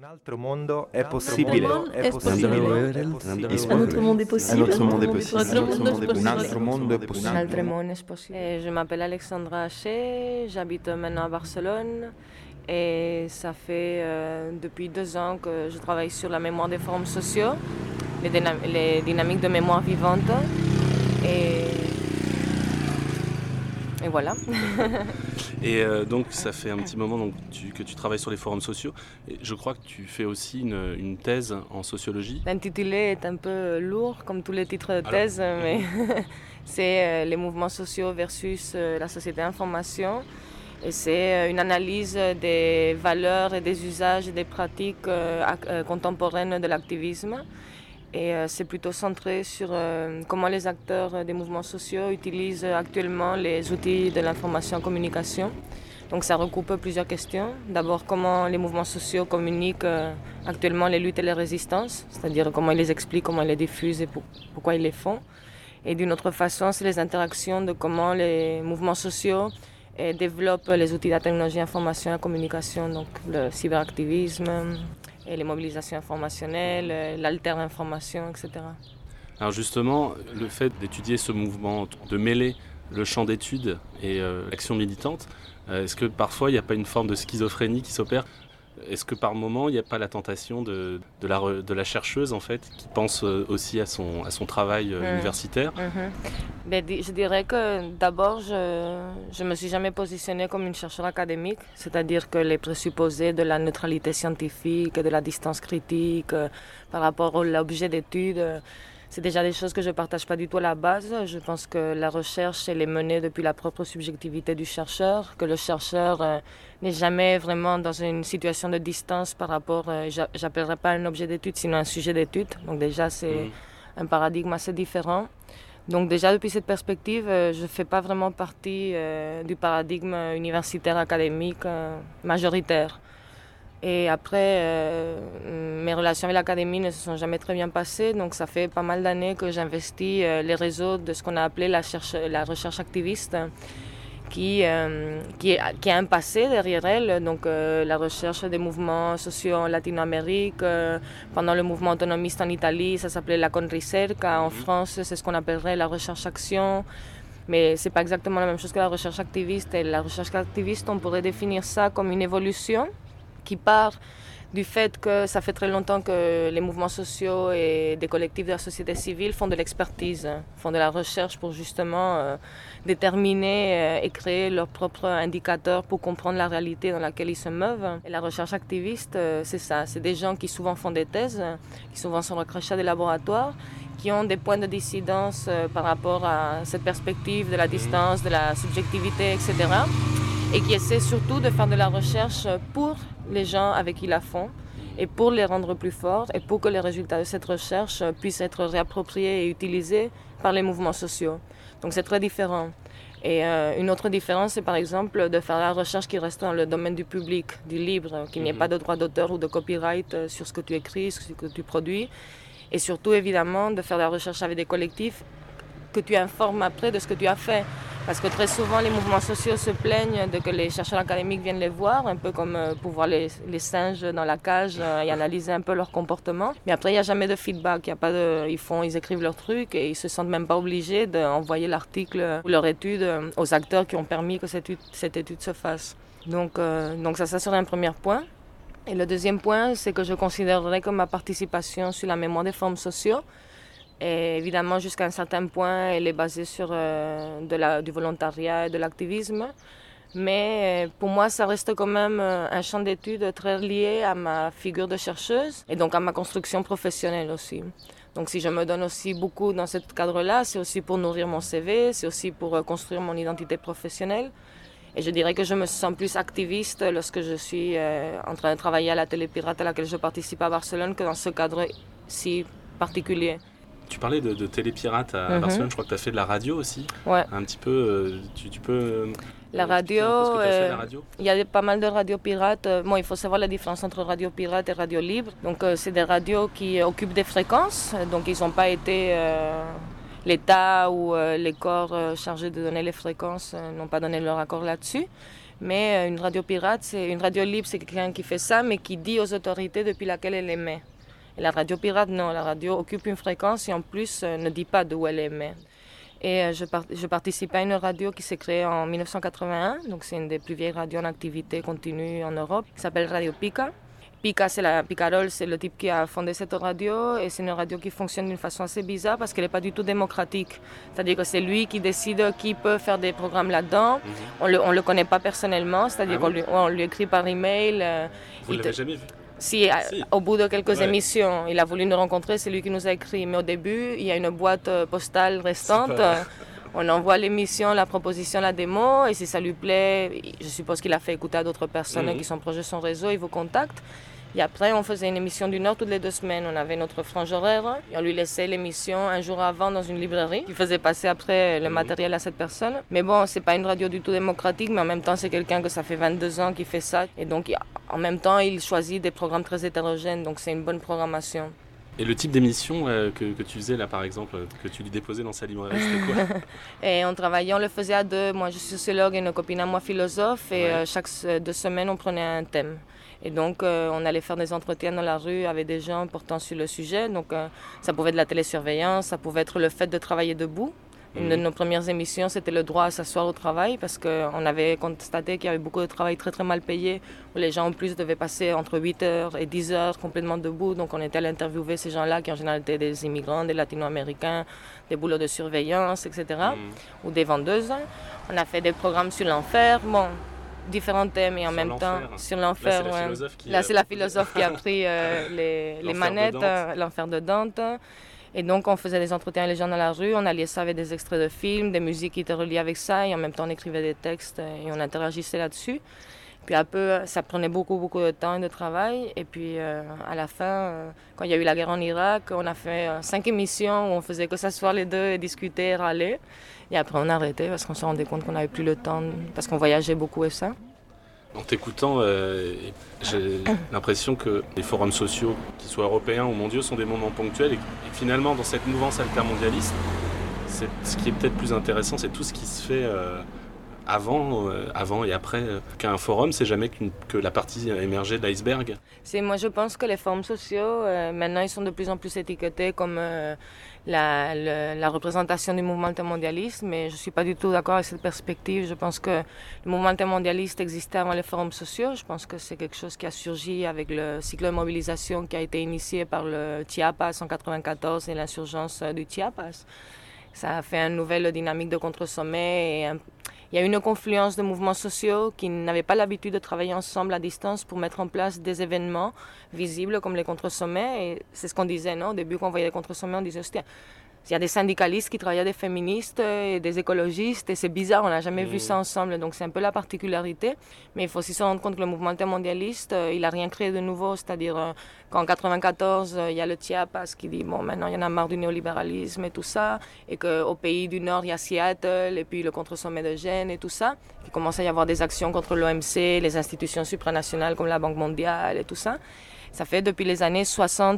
Un altro mondo è possibile. Un autre monde est possible. Un autre monde est possible. Un altro mondo è Un possibile. altre monde est possible. Je m'appelle Alexandra Haché, j'habite maintenant à Barcelone et ça fait depuis 2 ans que je travaille sur la mémoire des formes sociaux, les dynamiques de mémoire vivante et voilà. Et donc ça fait un petit moment que tu travailles sur les forums sociaux. Et je crois que tu fais aussi une thèse en sociologie. L'intitulé est un peu lourd comme tous les titres de thèse, mais c'est les mouvements sociaux versus la société d'information. Et c'est une analyse des valeurs et des usages et des pratiques contemporaines de l'activisme. Et c'est plutôt centré sur comment les acteurs des mouvements sociaux utilisent actuellement les outils de l'information et communication. Donc ça recoupe plusieurs questions. D'abord, comment les mouvements sociaux communiquent actuellement les luttes et les résistances, c'est-à-dire comment ils les expliquent, comment ils les diffusent et pourquoi ils les font. Et d'une autre façon, c'est les interactions de comment les mouvements sociaux développent les outils de la technologie information et communication, donc le cyberactivisme, et les mobilisations informationnelles, l'alter-information, etc. Alors justement, le fait d'étudier ce mouvement, de mêler le champ d'études et l'action militante, est-ce que parfois il n'y a pas une forme de schizophrénie qui s'opère ? Est-ce que par moment il n'y a pas la tentation de la chercheuse en fait, qui pense aussi à son travail universitaire ? Ben, je dirais que d'abord je ne me suis jamais positionnée comme une chercheure académique, c'est-à-dire que les présupposés de la neutralité scientifique, de la distance critique par rapport à l'objet d'étude, c'est déjà des choses que je ne partage pas du tout à la base. Je pense que la recherche, elle est menée depuis la propre subjectivité du chercheur, que le chercheur n'est jamais vraiment dans une situation de distance par rapport, j'appellerais pas un objet d'étude, sinon un sujet d'étude. Donc déjà, c'est un paradigme assez différent. Donc déjà, depuis cette perspective, je ne fais pas vraiment partie du paradigme universitaire académique majoritaire. Et après, mes relations avec l'académie ne se sont jamais très bien passées, donc ça fait pas mal d'années que j'investis les réseaux de ce qu'on a appelé la recherche activiste, qui a un passé derrière elle, donc la recherche des mouvements sociaux en Latino-Amérique, pendant le mouvement autonomiste en Italie, ça s'appelait la Conricerca, en France c'est ce qu'on appellerait la recherche-action. Mais ce n'est pas exactement la même chose que la recherche activiste. Et la recherche activiste, on pourrait définir ça comme une évolution qui part du fait que ça fait très longtemps que les mouvements sociaux et des collectifs de la société civile font de l'expertise, font de la recherche pour justement déterminer et créer leurs propres indicateurs pour comprendre la réalité dans laquelle ils se meuvent. Et la recherche activiste, c'est ça, c'est des gens qui souvent font des thèses, qui souvent sont recrutés à des laboratoires, qui ont des points de dissidence par rapport à cette perspective de la distance, de la subjectivité, etc. Et qui essaient surtout de faire de la recherche pour les gens avec qui ils la font et pour les rendre plus forts et pour que les résultats de cette recherche puissent être réappropriés et utilisés par les mouvements sociaux. Donc c'est très différent. Et une autre différence, c'est par exemple de faire la recherche qui reste dans le domaine du public, du libre, qu'il n'y ait pas de droit d'auteur ou de copyright sur ce que tu écris, sur ce que tu produis. Et surtout, évidemment, de faire de la recherche avec des collectifs que tu informes après de ce que tu as fait. Parce que très souvent, les mouvements sociaux se plaignent de que les chercheurs académiques viennent les voir, un peu comme pour voir les singes dans la cage et analyser un peu leur comportement. Mais après, il n'y a jamais de feedback. Ils écrivent leur truc et ils ne se sentent même pas obligés d'envoyer l'article ou leur étude aux acteurs qui ont permis que cette étude se fasse. Donc ça serait un premier point. Et le deuxième point, c'est que je considérerais que ma participation sur la mémoire des formes sociaux, et évidemment, jusqu'à un certain point, elle est basée sur du volontariat et de l'activisme. Mais pour moi, ça reste quand même un champ d'études très lié à ma figure de chercheuse et donc à ma construction professionnelle aussi. Donc si je me donne aussi beaucoup dans ce cadre-là, c'est aussi pour nourrir mon CV, c'est aussi pour construire mon identité professionnelle. Et je dirais que je me sens plus activiste lorsque je suis en train de travailler à la Télé Pirate à laquelle je participe à Barcelone que dans ce cadre si particulier. Tu parlais de Télé Pirate à Barcelone, je crois que tu as fait de la radio aussi. Ouais. Un petit peu, tu peux... La radio, un peu ce que tu as fait de la radio. Il y a pas mal de radios pirates. Bon, il faut savoir la différence entre radio pirate et radio libre. Donc c'est des radios qui occupent des fréquences, donc ils n'ont pas été... l'État ou les corps chargés de donner les fréquences n'ont pas donné leur accord là-dessus. Mais une radio pirate, une radio libre, c'est quelqu'un qui fait ça, mais qui dit aux autorités depuis laquelle elle émet. Et la radio pirate, non, la radio occupe une fréquence et en plus ne dit pas d'où elle émet. Et je participe à une radio qui s'est créée en 1981, donc c'est une des plus vieilles radios en activité continue en Europe, qui s'appelle Radio Pica. Picarol, c'est le type qui a fondé cette radio et c'est une radio qui fonctionne d'une façon assez bizarre parce qu'elle n'est pas du tout démocratique. C'est-à-dire que c'est lui qui décide qui peut faire des programmes là-dedans. On le connaît pas personnellement, c'est-à-dire qu'on lui écrit par email. Vous ne l'avez jamais vu? Si, au bout de quelques émissions, il a voulu nous rencontrer, c'est lui qui nous a écrit. Mais au début, il y a une boîte postale restante. On envoie l'émission, la proposition, la démo, et si ça lui plaît, je suppose qu'il a fait écouter à d'autres personnes qui sont proches de son réseau, il vous contacte. Et après, on faisait une émission d'1 heure toutes les 2 semaines. On avait notre frange horaire et on lui laissait l'émission un jour avant dans une librairie qui faisait passer après le matériel à cette personne. Mais bon, c'est pas une radio du tout démocratique, mais en même temps, c'est quelqu'un que ça fait 22 ans qui fait ça. Et donc, en même temps, il choisit des programmes très hétérogènes, donc c'est une bonne programmation. Et le type d'émission que tu faisais là par exemple, que tu lui déposais dans sa librairie, c'était quoi? Et on le faisait à 2. Moi je suis sociologue et une copine à moi philosophe et chaque 2 semaines on prenait un thème. Et donc on allait faire des entretiens dans la rue avec des gens portant sur le sujet. Donc ça pouvait être de la télésurveillance, ça pouvait être le fait de travailler debout. Une de nos premières émissions, c'était le droit à s'asseoir au travail parce qu'on avait constaté qu'il y avait beaucoup de travail très très mal payé où les gens en plus devaient passer entre 8 heures et 10 heures complètement debout. Donc on était allé interviewer ces gens-là qui en général étaient des immigrants, des latino-américains, des boulots de surveillance, etc. Ou des vendeuses. On a fait des programmes sur l'enfer. Bon, différents thèmes et en même temps sur l'enfer. Là, c'est la philosophe qui a pris les manettes, l'enfer de Dante. Et donc, on faisait des entretiens avec les gens dans la rue, on alliait ça avec des extraits de films, des musiques qui étaient reliées avec ça, et en même temps, on écrivait des textes et on interagissait là-dessus. Puis un peu, ça prenait beaucoup de temps et de travail. Et puis, à la fin, quand il y a eu la guerre en Irak, on a fait 5 émissions où on faisait que s'asseoir les deux et discuter et râler. Et après, on a arrêté parce qu'on se rendait compte qu'on n'avait plus le temps, parce qu'on voyageait beaucoup et ça. En t'écoutant, j'ai l'impression que les forums sociaux, qu'ils soient européens ou mondiaux, sont des moments ponctuels et finalement, dans cette mouvance altermondialiste, ce qui est peut-être plus intéressant, c'est tout ce qui se fait avant et après qu'un forum, c'est jamais que la partie émergée de l'iceberg. Moi, je pense que les forums sociaux, maintenant, ils sont de plus en plus étiquetés comme la représentation du mouvement intermondialiste, mais je ne suis pas du tout d'accord avec cette perspective. Je pense que le mouvement intermondialiste existait avant les forums sociaux. Je pense que c'est quelque chose qui a surgi avec le cycle de mobilisation qui a été initié par le Chiapas en 1994 et l'insurgence du Chiapas. Ça a fait une nouvelle dynamique de contre-sommet et il y a une confluence de mouvements sociaux qui n'avaient pas l'habitude de travailler ensemble à distance pour mettre en place des événements visibles comme les contre-sommets. Et c'est ce qu'on disait, non? Au début, quand on voyait les contre-sommets, on disait, hostia, il y a des syndicalistes qui travaillent, des féministes et des écologistes, et c'est bizarre, on n'a jamais vu ça ensemble, donc c'est un peu la particularité. Mais il faut aussi se rendre compte que le mouvement intermondialiste, il n'a rien créé de nouveau, c'est-à-dire qu'en 1994, il y a le Chiapas qui dit, bon, maintenant il y en a marre du néolibéralisme et tout ça, et qu'au pays du Nord, il y a Seattle, et puis le contre-sommet de Gênes et tout ça, qu'il commence à y avoir des actions contre l'OMC, les institutions supranationales comme la Banque mondiale et tout ça. Ça fait depuis les années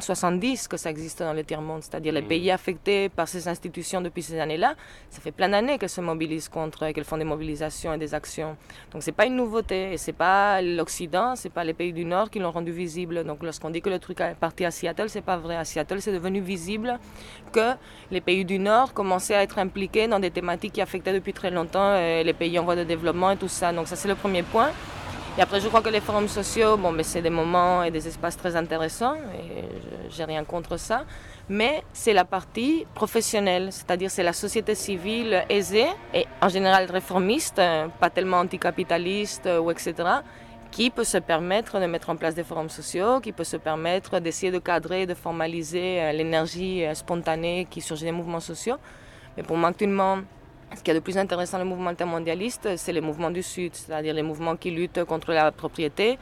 60-70 que ça existe dans le tiers-monde, c'est-à-dire les pays affectés par ces institutions depuis ces années-là, ça fait plein d'années qu'elles se mobilisent contre, qu'elles font des mobilisations et des actions. Donc c'est pas une nouveauté, et c'est pas l'Occident, c'est pas les pays du Nord qui l'ont rendu visible. Donc lorsqu'on dit que le truc est parti à Seattle, c'est pas vrai. À Seattle, c'est devenu visible que les pays du Nord commençaient à être impliqués dans des thématiques qui affectaient depuis très longtemps les pays en voie de développement et tout ça. Donc ça, c'est le premier point. Et après, je crois que les forums sociaux, c'est des moments et des espaces très intéressants, et j'ai rien contre ça, mais c'est la partie professionnelle, c'est-à-dire c'est la société civile aisée, et en général réformiste, pas tellement anticapitaliste ou etc., qui peut se permettre de mettre en place des forums sociaux, qui peut se permettre d'essayer de cadrer, de formaliser l'énergie spontanée qui surgit des mouvements sociaux. Mais pour moi, actuellement, ce qui est le plus intéressant dans le mouvement intermondialiste, c'est les mouvements du Sud, c'est-à-dire les mouvements qui luttent contre la propriété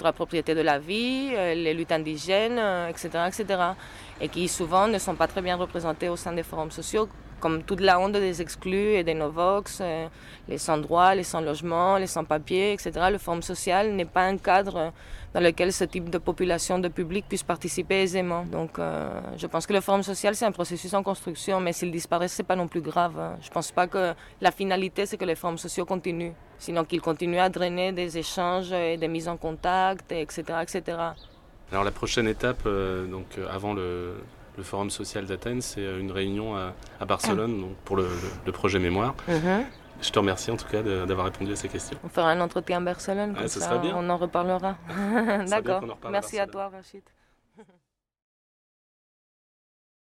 de la vie, les luttes indigènes, etc., etc. Et qui souvent ne sont pas très bien représentés au sein des forums sociaux, comme toute la honte des exclus et des no-vox, les sans-droit, les sans-logement, les sans-papiers, etc. Le Forum social n'est pas un cadre dans lequel ce type de population, de public puisse participer aisément. Donc je pense que le Forum social, c'est un processus en construction, mais s'il disparaît, ce n'est pas non plus grave. Je ne pense pas que la finalité, c'est que les forums sociaux continuent, sinon qu'ils continuent à drainer des échanges et des mises en contact, etc. etc. Alors la prochaine étape, avant le Forum social d'Athènes, c'est une réunion à Barcelone donc pour le projet Mémoire. Je te remercie en tout cas d'avoir répondu à ces questions. On fera un entretien à Barcelone, comme ça ça serait bien. On en reparlera. D'accord. Merci à toi, Rachid.